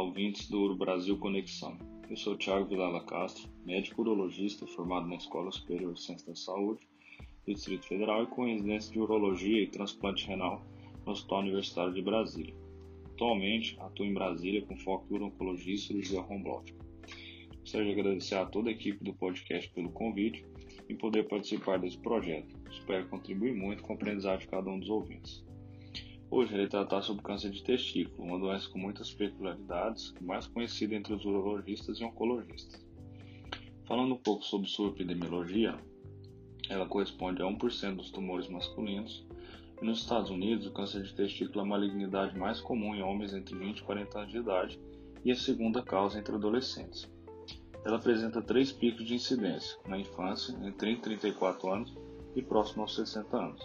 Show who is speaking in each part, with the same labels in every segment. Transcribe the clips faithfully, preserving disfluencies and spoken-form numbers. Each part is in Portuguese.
Speaker 1: ouvintes do Uro Brasil Conexão. Eu sou Thiago Vilela Castro, médico urologista formado na Escola Superior de Ciência da Saúde do Distrito Federal e com residência de Urologia e Transplante Renal no Hospital Universitário de Brasília. Atualmente, atuo em Brasília com foco em urologia e cirurgia rombológica. Gostaria de agradecer a toda a equipe do podcast pelo convite e poder participar desse projeto. Espero contribuir muito com o aprendizado de cada um dos ouvintes. Hoje irei tratar sobre câncer de testículo, uma doença com muitas peculiaridades, mais conhecida entre os urologistas e oncologistas. Falando um pouco sobre sua epidemiologia, ela corresponde a um por cento dos tumores masculinos, e nos Estados Unidos o câncer de testículo é a malignidade mais comum em homens entre vinte e quarenta anos de idade e a segunda causa entre adolescentes. Ela apresenta três picos de incidência, na infância, entre trinta e trinta e quatro anos e próximo aos sessenta anos.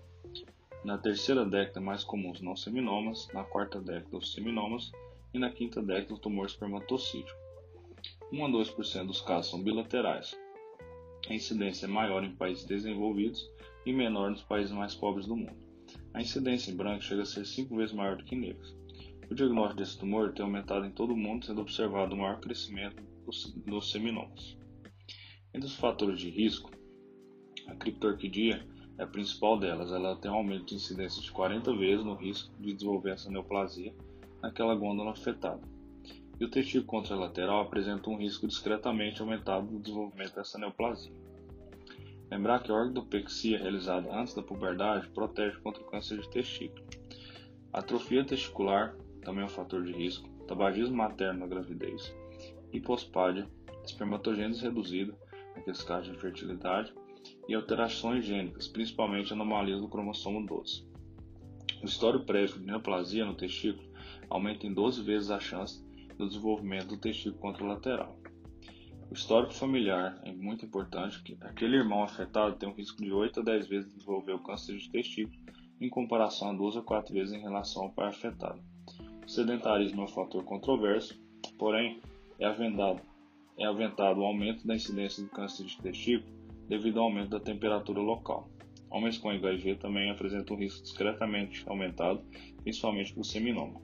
Speaker 1: Na terceira década, mais comuns não seminomas, na quarta década, os seminomas e na quinta década, o tumor espermatocítico. um a dois por cento dos casos são bilaterais. A incidência é maior em países desenvolvidos e menor nos países mais pobres do mundo. A incidência em brancos chega a ser cinco vezes maior do que em negros. O diagnóstico desse tumor tem aumentado em todo o mundo, sendo observado um maior crescimento dos seminomas. Entre os fatores de risco, a criptorquidia é a principal delas. Ela tem um aumento de incidência de quarenta vezes no risco de desenvolver essa neoplasia naquela glândula afetada. E o testículo contralateral apresenta um risco discretamente aumentado do desenvolvimento dessa neoplasia. Lembrar que a ortodopexia realizada antes da puberdade protege contra o câncer de testículo. A atrofia testicular também é um fator de risco, tabagismo materno na gravidez, hipospádia, espermatogênese reduzida, naqueles casos de infertilidade, e alterações gênicas, principalmente anomalias do cromossomo doze. O histórico prévio de neoplasia no testículo aumenta em doze vezes a chance do desenvolvimento do testículo contralateral. O histórico familiar é muito importante, que aquele irmão afetado tem um risco de oito a dez vezes de desenvolver o câncer de testículo, em comparação a duas a quatro vezes em relação ao pai afetado. O sedentarismo é um fator controverso, porém é aventado, é aventado o aumento da incidência do câncer de testículo devido ao aumento da temperatura local. Homens com H I V também apresentam um risco discretamente aumentado, principalmente por seminoma.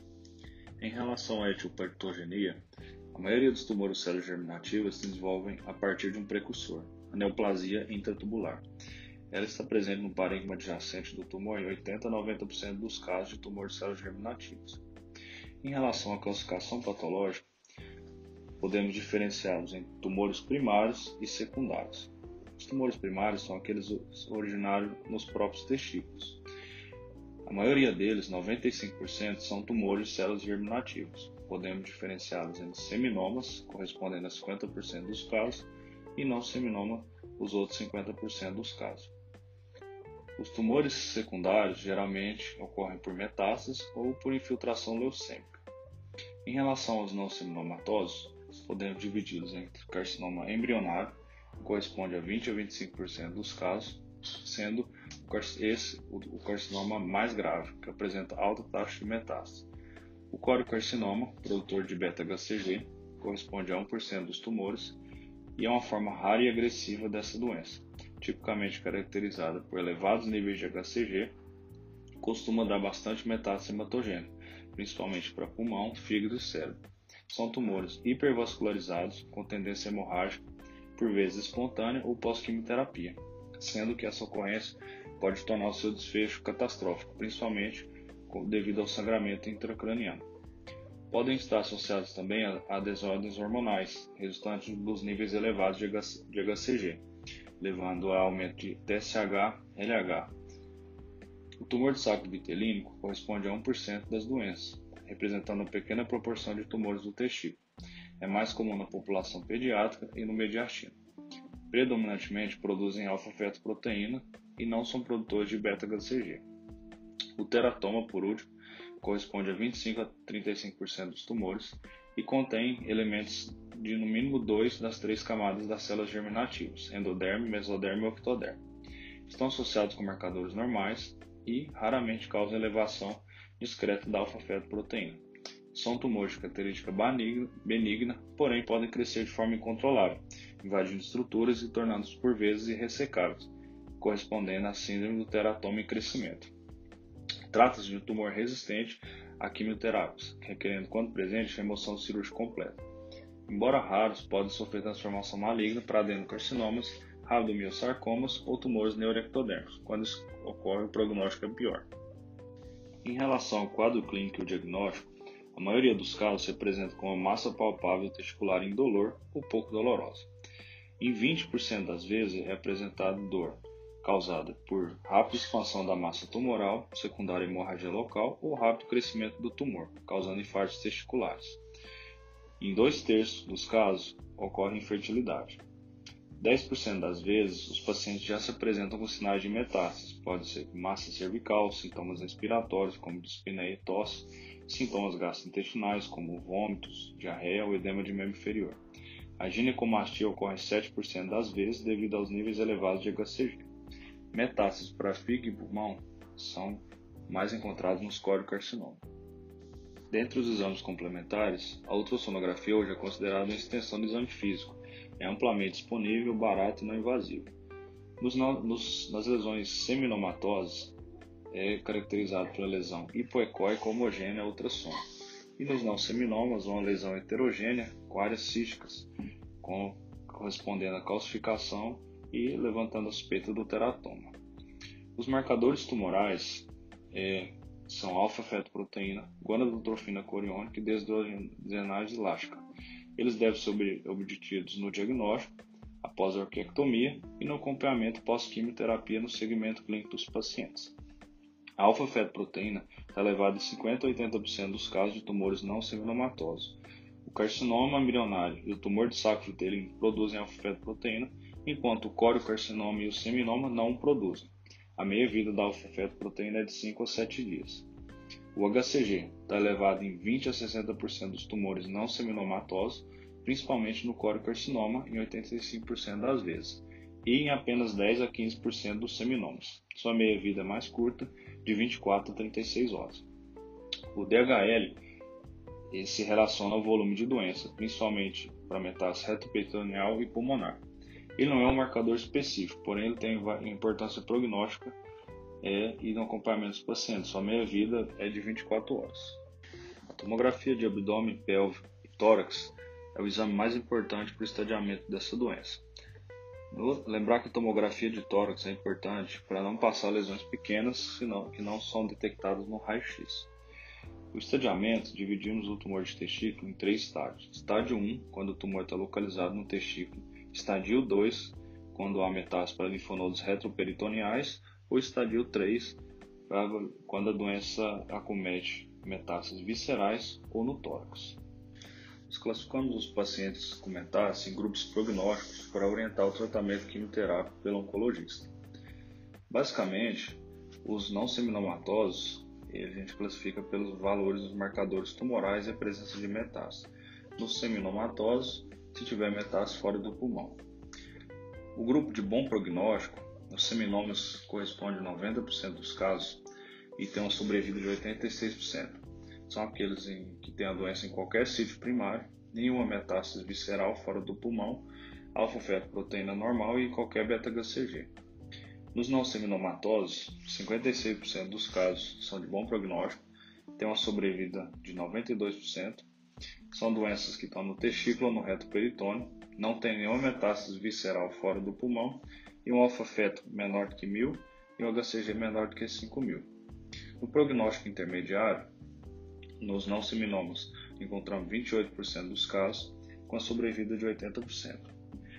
Speaker 1: Em relação à etiopatogenia, a maioria dos tumores células germinativas se desenvolvem a partir de um precursor, a neoplasia intratubular. Ela está presente no parênquima adjacente do tumor em oitenta a noventa por cento dos casos de tumor de células germinativas. Em relação à classificação patológica, podemos diferenciá-los em tumores primários e secundários. Os tumores primários são aqueles originários nos próprios testículos. A maioria deles, noventa e cinco por cento, são tumores de células germinativas. Podemos diferenciá-los em seminomas, correspondendo a cinquenta por cento dos casos, e não seminoma, os outros cinquenta por cento dos casos. Os tumores secundários geralmente ocorrem por metástases ou por infiltração leucêmica. Em relação aos não seminomatosos, podemos dividi-los entre carcinoma embrionário, que corresponde a vinte a vinte e cinco por cento dos casos, sendo esse o carcinoma mais grave, que apresenta alta taxa de metástase. O coriocarcinoma, produtor de beta-H C G, corresponde a um por cento dos tumores e é uma forma rara e agressiva dessa doença, tipicamente caracterizada por elevados níveis de H C G, costuma dar bastante metástase hematogênica, principalmente para pulmão, fígado e cérebro. São tumores hipervascularizados, com tendência hemorrágica, por vezes espontânea ou pós-quimioterapia, sendo que essa ocorrência pode tornar o seu desfecho catastrófico, principalmente devido ao sangramento intracraniano. Podem estar associados também a desordens hormonais, resultantes dos níveis elevados de H C G, levando a aumento de T S H e L H. O tumor de saco vitelínico corresponde a um por cento das doenças, representando uma pequena proporção de tumores do testículo. É mais comum na população pediátrica e no mediastino. Predominantemente produzem alfa-fetoproteína e não são produtores de beta-H C G. O teratoma, por último, corresponde a vinte e cinco a trinta e cinco por cento dos tumores e contém elementos de no mínimo dois das três camadas das células germinativas, endoderme, mesoderme e octoderme. Estão associados com marcadores normais e raramente causam elevação discreta da alfa-fetoproteína. São tumores de característica benigna, porém podem crescer de forma incontrolável, invadindo estruturas e tornando-se por vezes irressecáveis, correspondendo à síndrome do teratoma em crescimento. Trata-se de um tumor resistente a quimioterápicos, requerendo, quando presente, remoção cirúrgica completa. Embora raros, podem sofrer transformação maligna para adenocarcinomas, rabdomiossarcomas ou tumores neuroectodérmicos, quando isso ocorre o prognóstico é pior. Em relação ao quadro clínico e o diagnóstico, a maioria dos casos se apresenta com uma massa palpável testicular indolor ou pouco dolorosa. Em vinte por cento das vezes é apresentada dor, causada por rápida expansão da massa tumoral, secundária à hemorragia local ou rápido crescimento do tumor, causando infartos testiculares. Em dois terços dos casos, ocorre infertilidade. dez por cento das vezes, os pacientes já se apresentam com sinais de metástase, pode ser massa cervical, sintomas respiratórios como dispneia e tosse, sintomas gastrointestinais como vômitos, diarreia ou edema de membro inferior. A ginecomastia ocorre sete por cento das vezes devido aos níveis elevados de H C G. Metástases para fígado e pulmão são mais encontrados nos coriocarcinoma. Dentre os exames complementares, a ultrassonografia hoje é considerada uma extensão do exame físico. É amplamente disponível, barato e não invasivo. Nos, nos, nas lesões seminomatosas, é caracterizado pela lesão hipoecóica homogênea ultrassom. E nos não seminomas, uma lesão heterogênea com áreas císticas, com, correspondendo à calcificação e levantando a suspeita do teratoma. Os marcadores tumorais é, são alfa-fetoproteína, gonadotrofina coriônica e desdrogenase elástica. Eles devem ser obtidos no diagnóstico, após a orquiectomia e no acompanhamento pós-quimioterapia no segmento clínico dos pacientes. A alfa-fetoproteína está elevada em cinquenta a oitenta por cento dos casos de tumores não seminomatosos. O carcinoma embrionário e o tumor de saco uterino produzem alfa-fetoproteína, enquanto o coriocarcinoma e o seminoma não o produzem. A meia-vida da alfa-fetoproteína é de cinco a sete dias. O H C G está elevado em vinte a sessenta por cento dos tumores não seminomatosos, principalmente no coriocarcinoma, em oitenta e cinco por cento das vezes, e em apenas dez a quinze por cento dos seminomas. Sua meia-vida é mais curta, de vinte e quatro a trinta e seis horas. O D H L ele se relaciona ao volume de doença, principalmente para metástase retroperitoneal e pulmonar. Ele não é um marcador específico, porém ele tem importância prognóstica é, e no acompanhamento dos pacientes. Sua meia-vida é de vinte e quatro horas. A tomografia de abdômen, pelve e tórax é o exame mais importante para o estadiamento dessa doença. No, lembrar que a tomografia de tórax é importante para não passar lesões pequenas senão, que não são detectadas no raio-x. O estadiamento, dividimos o tumor de testículo em três estágios. Estádio um, quando o tumor está localizado no testículo. Estádio dois, quando há metástase para linfonodos retroperitoneais. Ou estádio três, quando a doença acomete metástases viscerais ou no tórax. Nós classificamos os pacientes com metástase em grupos prognósticos para orientar o tratamento quimioterápico pelo oncologista. Basicamente, os não seminomatosos a gente classifica pelos valores dos marcadores tumorais e a presença de metástase. Nos seminomatosos, se tiver metástase fora do pulmão. O grupo de bom prognóstico, os seminomas corresponde a noventa por cento dos casos e tem uma sobrevida de oitenta e seis por cento. São aqueles em, que têm a doença em qualquer sítio primário, nenhuma metástase visceral fora do pulmão, alfa-fetoproteína normal e qualquer beta-H C G. Nos não seminomatosos, cinquenta e seis por cento dos casos são de bom prognóstico, têm uma sobrevida de noventa e dois por cento, são doenças que estão no testículo ou no reto peritônio, não tem nenhuma metástase visceral fora do pulmão e um alfa-feto menor do que mil e um H C G menor do que cinco mil. No prognóstico intermediário, nos não seminomas, encontramos vinte e oito por cento dos casos com a sobrevida de oitenta por cento.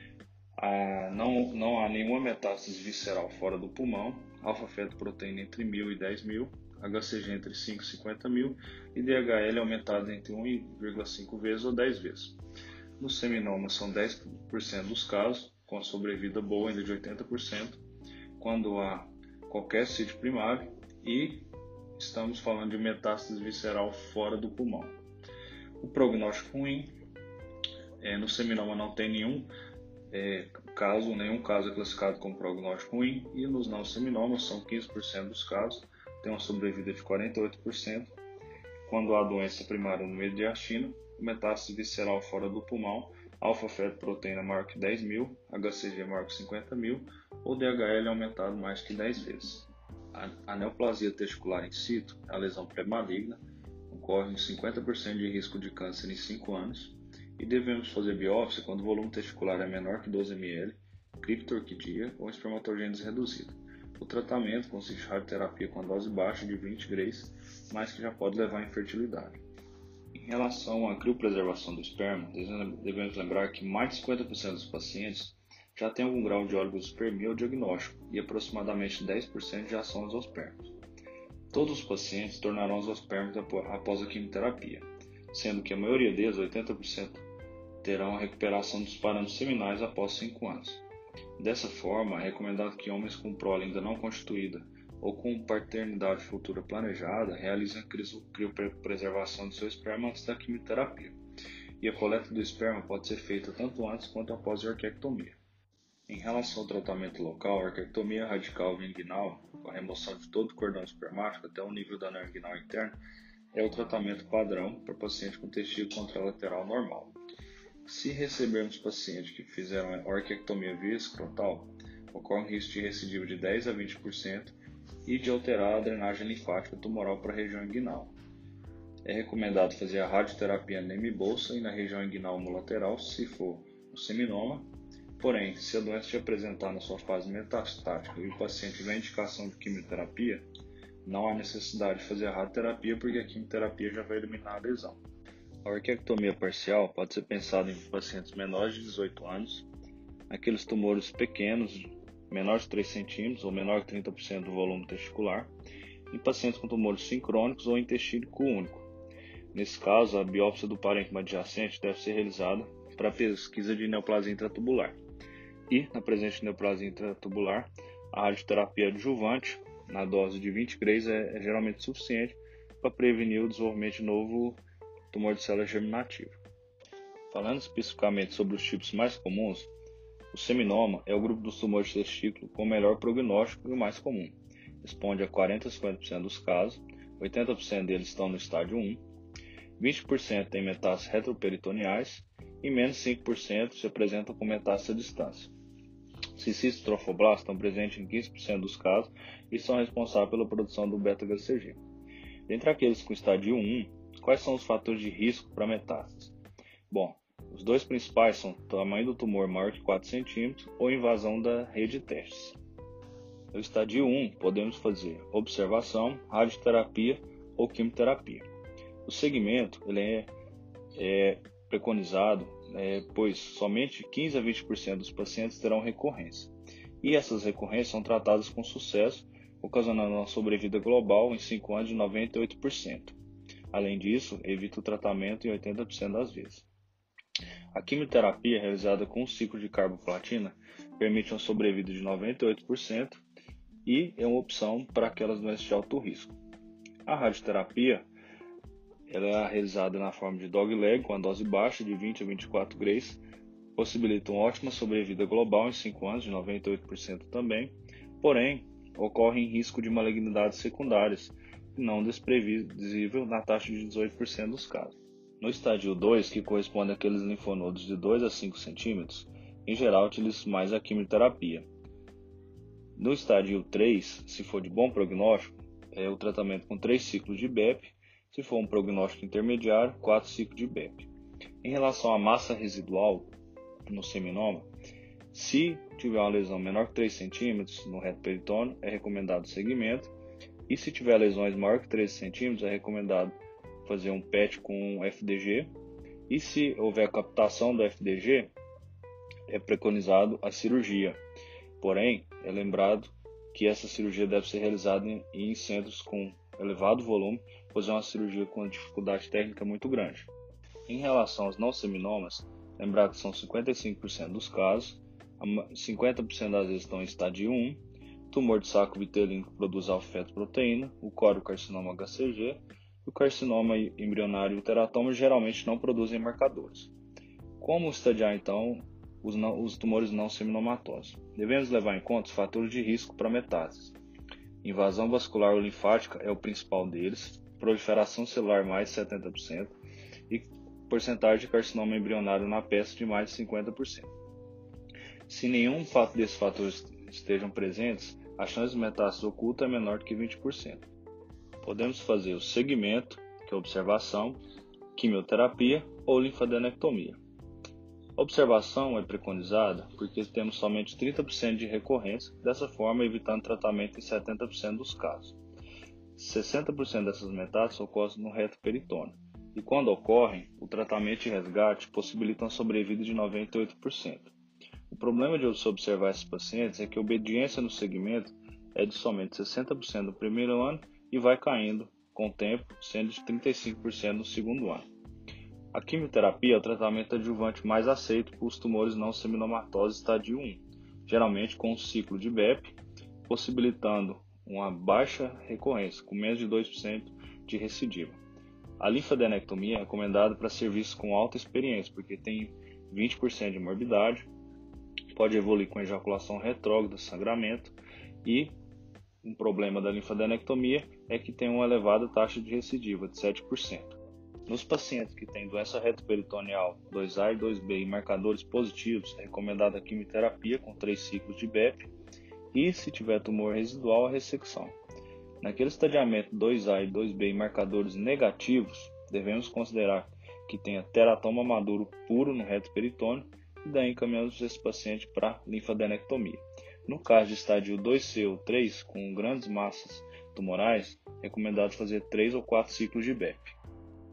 Speaker 1: Ah, não, não há nenhuma metástase visceral fora do pulmão, alfa-fetoproteína entre mil e dez mil, H C G entre cinco e cinquenta mil e D H L aumentado entre um vírgula cinco vezes ou dez vezes. Nos seminomas são dez por cento dos casos, com a sobrevida boa ainda de oitenta por cento, quando há qualquer sítio primário e estamos falando de metástase visceral fora do pulmão. O prognóstico ruim, é, no seminoma não tem nenhum é, caso, nenhum caso é classificado como prognóstico ruim e nos não seminomas são quinze por cento dos casos, tem uma sobrevida de quarenta e oito por cento. Quando há doença primária no mediastino, metástase visceral fora do pulmão, alfa-fetoproteína maior que dez mil, H C G maior que cinquenta mil ou D H L aumentado mais que dez vezes. A neoplasia testicular in situ é a lesão pré-maligna, ocorre cinquenta por cento de risco de câncer em cinco anos e devemos fazer biópsia quando o volume testicular é menor que doze mililitros, criptorquidia ou espermatogênese reduzida. O tratamento consiste em radioterapia com dose baixa de vinte grays, mas que já pode levar à infertilidade. Em relação à criopreservação do esperma, devemos lembrar que mais de cinquenta por cento dos pacientes já têm algum grau de oligospermia ou diagnóstico e aproximadamente dez por cento já são exospermos. Todos os pacientes tornarão exospermos após a quimioterapia, sendo que a maioria deles, oitenta por cento, terão a recuperação dos parâmetros seminais após cinco anos. Dessa forma, é recomendado que homens com prole ainda não constituída ou com paternidade futura planejada realizem a criopreservação do seu esperma antes da quimioterapia. E a coleta do esperma pode ser feita tanto antes quanto após a orquiectomia. Em relação ao tratamento local, a orquiectomia radical inguinal, com a remoção de todo o cordão espermático até o nível da anel inguinal interno, é o tratamento padrão para paciente com testículo contralateral normal. Se recebermos pacientes que fizeram a orquiectomia via escrotal, ocorre um risco de recidiva de dez a vinte por cento e de alterar a drenagem linfática tumoral para a região inguinal. É recomendado fazer a radioterapia na hemibolsa e na região inguinal homolateral, se for um seminoma. Porém, se a doença se apresentar na sua fase metastática e o paciente tiver indicação de quimioterapia, não há necessidade de fazer a radioterapia porque a quimioterapia já vai eliminar a lesão. A orquiectomia parcial pode ser pensada em pacientes menores de dezoito anos, aqueles tumores pequenos, menores de três centímetros ou menor que trinta por cento do volume testicular, em pacientes com tumores sincrônicos ou em testículo único. Nesse caso, a biópsia do parênquima adjacente deve ser realizada para pesquisa de neoplasia intratubular. E, na presença de neoplasia intratubular, a radioterapia adjuvante, na dose de vinte grays, é, é geralmente suficiente para prevenir o desenvolvimento de novo tumor de célula germinativa. Falando especificamente sobre os tipos mais comuns, o seminoma é o grupo dos tumores de testículo com o melhor prognóstico e o mais comum. Responde a quarenta a cinquenta por cento dos casos, oitenta por cento deles estão no estádio um, vinte por cento têm metástases retroperitoneais e menos cinco por cento se apresentam com metástase à distância. Cistos trofoblastos estão presentes em quinze por cento dos casos e são responsáveis pela produção do beta-H C G. Dentre aqueles com estádio um, quais são os fatores de risco para metástase? Bom, os dois principais são o tamanho do tumor maior que quatro centímetros ou invasão da rede de testes. No estádio um, podemos fazer observação, radioterapia ou quimioterapia. O segmento ele é, é preconizado, é, pois somente quinze a vinte por cento dos pacientes terão recorrência. E essas recorrências são tratadas com sucesso, ocasionando uma sobrevida global em cinco anos de noventa e oito por cento. Além disso, evita o tratamento em oitenta por cento das vezes. A quimioterapia realizada com um ciclo de carboplatina permite uma sobrevida de noventa e oito por cento e é uma opção para aquelas doenças de alto risco. A radioterapia ela é realizada na forma de dogleg com a dose baixa de vinte a vinte e quatro grays, possibilita uma ótima sobrevida global em cinco anos de noventa e oito por cento também, porém ocorre em risco de malignidades secundárias, não desprevisível na taxa de dezoito por cento dos casos. No estádio dois, que corresponde àqueles linfonodos de dois a cinco centímetros, em geral utiliza mais a quimioterapia. No estádio três, se for de bom prognóstico, é o tratamento com três ciclos de B E P, se for um prognóstico intermediário, quatro ciclos de B E P. Em relação à massa residual no seminoma, se tiver uma lesão menor que três centímetros no reto peritônio, é recomendado o segmento, e se tiver lesões maior que treze centímetros, é recomendado fazer um P E T com F D G, e se houver captação do F D G, é preconizado a cirurgia. Porém, é lembrado que essa cirurgia deve ser realizada em, em centros com elevado volume, pois é uma cirurgia com dificuldade técnica muito grande. Em relação aos não seminomas, lembrar que são cinquenta e cinco por cento dos casos, cinquenta por cento das vezes estão em estádio um, tumor de saco vitelino que produz alfa-fetoproteína, o coriocarcinoma H C G, e o carcinoma embrionário e o teratoma geralmente não produzem marcadores. Como estadiar então os, não, os tumores não seminomatosos? Devemos levar em conta os fatores de risco para metástases. Invasão vascular ou linfática é o principal deles, proliferação celular mais de setenta por cento e porcentagem de carcinoma embrionário na peça de mais de cinquenta por cento. Se nenhum desses fatores estejam presentes, a chance de metástase oculta é menor do que vinte por cento. Podemos fazer o segmento, que é observação, quimioterapia ou linfadenectomia. A observação é preconizada porque temos somente trinta por cento de recorrência, dessa forma evitando tratamento em setenta por cento dos casos. sessenta por cento dessas metástases ocorrem no reto peritônio, e quando ocorrem, o tratamento e resgate possibilitam a sobrevida de noventa e oito por cento. O problema de se observar esses pacientes é que a obediência no segmento é de somente sessenta por cento no primeiro ano e vai caindo com o tempo, sendo de trinta e cinco por cento no segundo ano. A quimioterapia é o tratamento adjuvante mais aceito para os tumores não seminomatosos estadio um, geralmente com um ciclo de B E P, possibilitando uma baixa recorrência, com menos de dois por cento de recidiva. A linfadenectomia é recomendada para serviços com alta experiência, porque tem vinte por cento de morbidade, pode evoluir com ejaculação retrógrada, sangramento, e um problema da linfadenectomia é que tem uma elevada taxa de recidiva, de sete por cento. Nos pacientes que têm doença retoperitoneal dois A e dois B e marcadores positivos, é recomendada a quimioterapia com três ciclos de B E P e, se tiver tumor residual, a ressecção. Naquele estadiamento dois A e dois B e marcadores negativos, devemos considerar que tenha teratoma maduro puro no reto peritônio e daí encaminhamos esse paciente para linfadenectomia. No caso de estádio dois C ou três, com grandes massas tumorais, é recomendado fazer três ou quatro ciclos de B E P.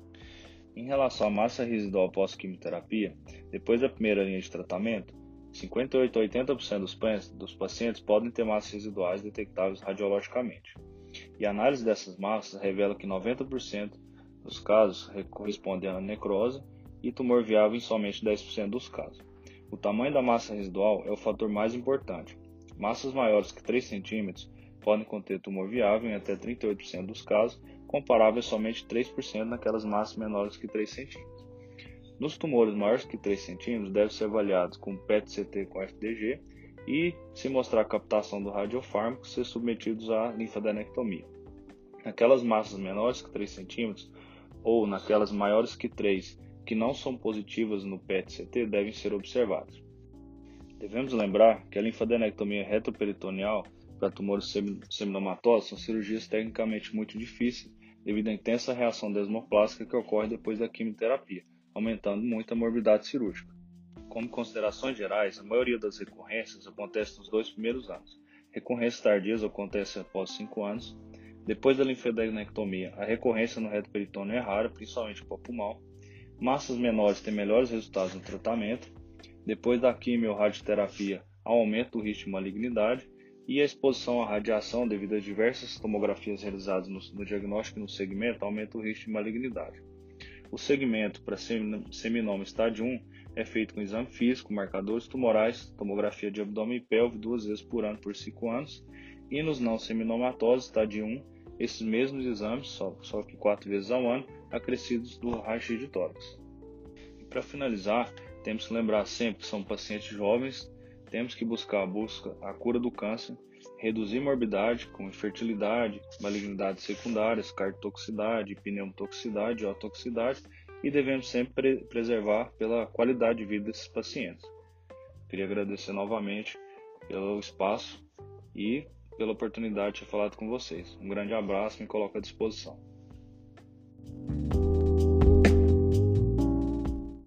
Speaker 1: Em relação à massa residual pós-quimioterapia, depois da primeira linha de tratamento, cinquenta e oito a oitenta por cento dos, dos pacientes podem ter massas residuais detectáveis radiologicamente. E a análise dessas massas revela que noventa por cento dos casos correspondem a necrose e tumor viável em somente dez por cento dos casos. O tamanho da massa residual é o fator mais importante. Massas maiores que três centímetros podem conter tumor viável em até trinta e oito por cento dos casos, comparável a somente três por cento naquelas massas menores que três centímetros. Nos tumores maiores que três centímetros, devem ser avaliados com P E T C T com F D G e, se mostrar captação do radiofármaco, ser submetidos à linfadenectomia. Naquelas massas menores que três centímetros ou naquelas maiores que três que não são positivas no P E T C T devem ser observadas. Devemos lembrar que a linfadenectomia retroperitoneal para tumores seminomatosos são cirurgias tecnicamente muito difíceis devido à intensa reação desmoplástica que ocorre depois da quimioterapia, aumentando muito a morbidade cirúrgica. Como considerações gerais, a maioria das recorrências acontece nos dois primeiros anos. Recorrências tardias acontecem após cinco anos. Depois da linfadenectomia, a recorrência no reto peritônio é rara, principalmente para o pulmão. Massas menores têm melhores resultados no tratamento. Depois da quimio ou radioterapia, há um aumento do risco de malignidade. E a exposição à radiação, devido a diversas tomografias realizadas no, no diagnóstico e no segmento, aumenta o risco de malignidade. O segmento para seminoma estádio um é feito com exame físico, marcadores tumorais, tomografia de abdômen e pelve duas vezes por ano por cinco anos. E nos não seminomatosos estádio um, esses mesmos exames, só, só que quatro vezes ao ano, acrescidos do raio-x de tórax. E para finalizar, temos que lembrar sempre que são pacientes jovens. Temos que buscar a, busca, a cura do câncer, reduzir morbidade com infertilidade, malignidades secundárias, cardiotoxicidade, pneumotoxicidade, otoxicidade e devemos sempre pre preservar pela qualidade de vida desses pacientes. Queria agradecer novamente pelo espaço e pela oportunidade de ter falado com vocês. Um grande abraço e me coloco à disposição.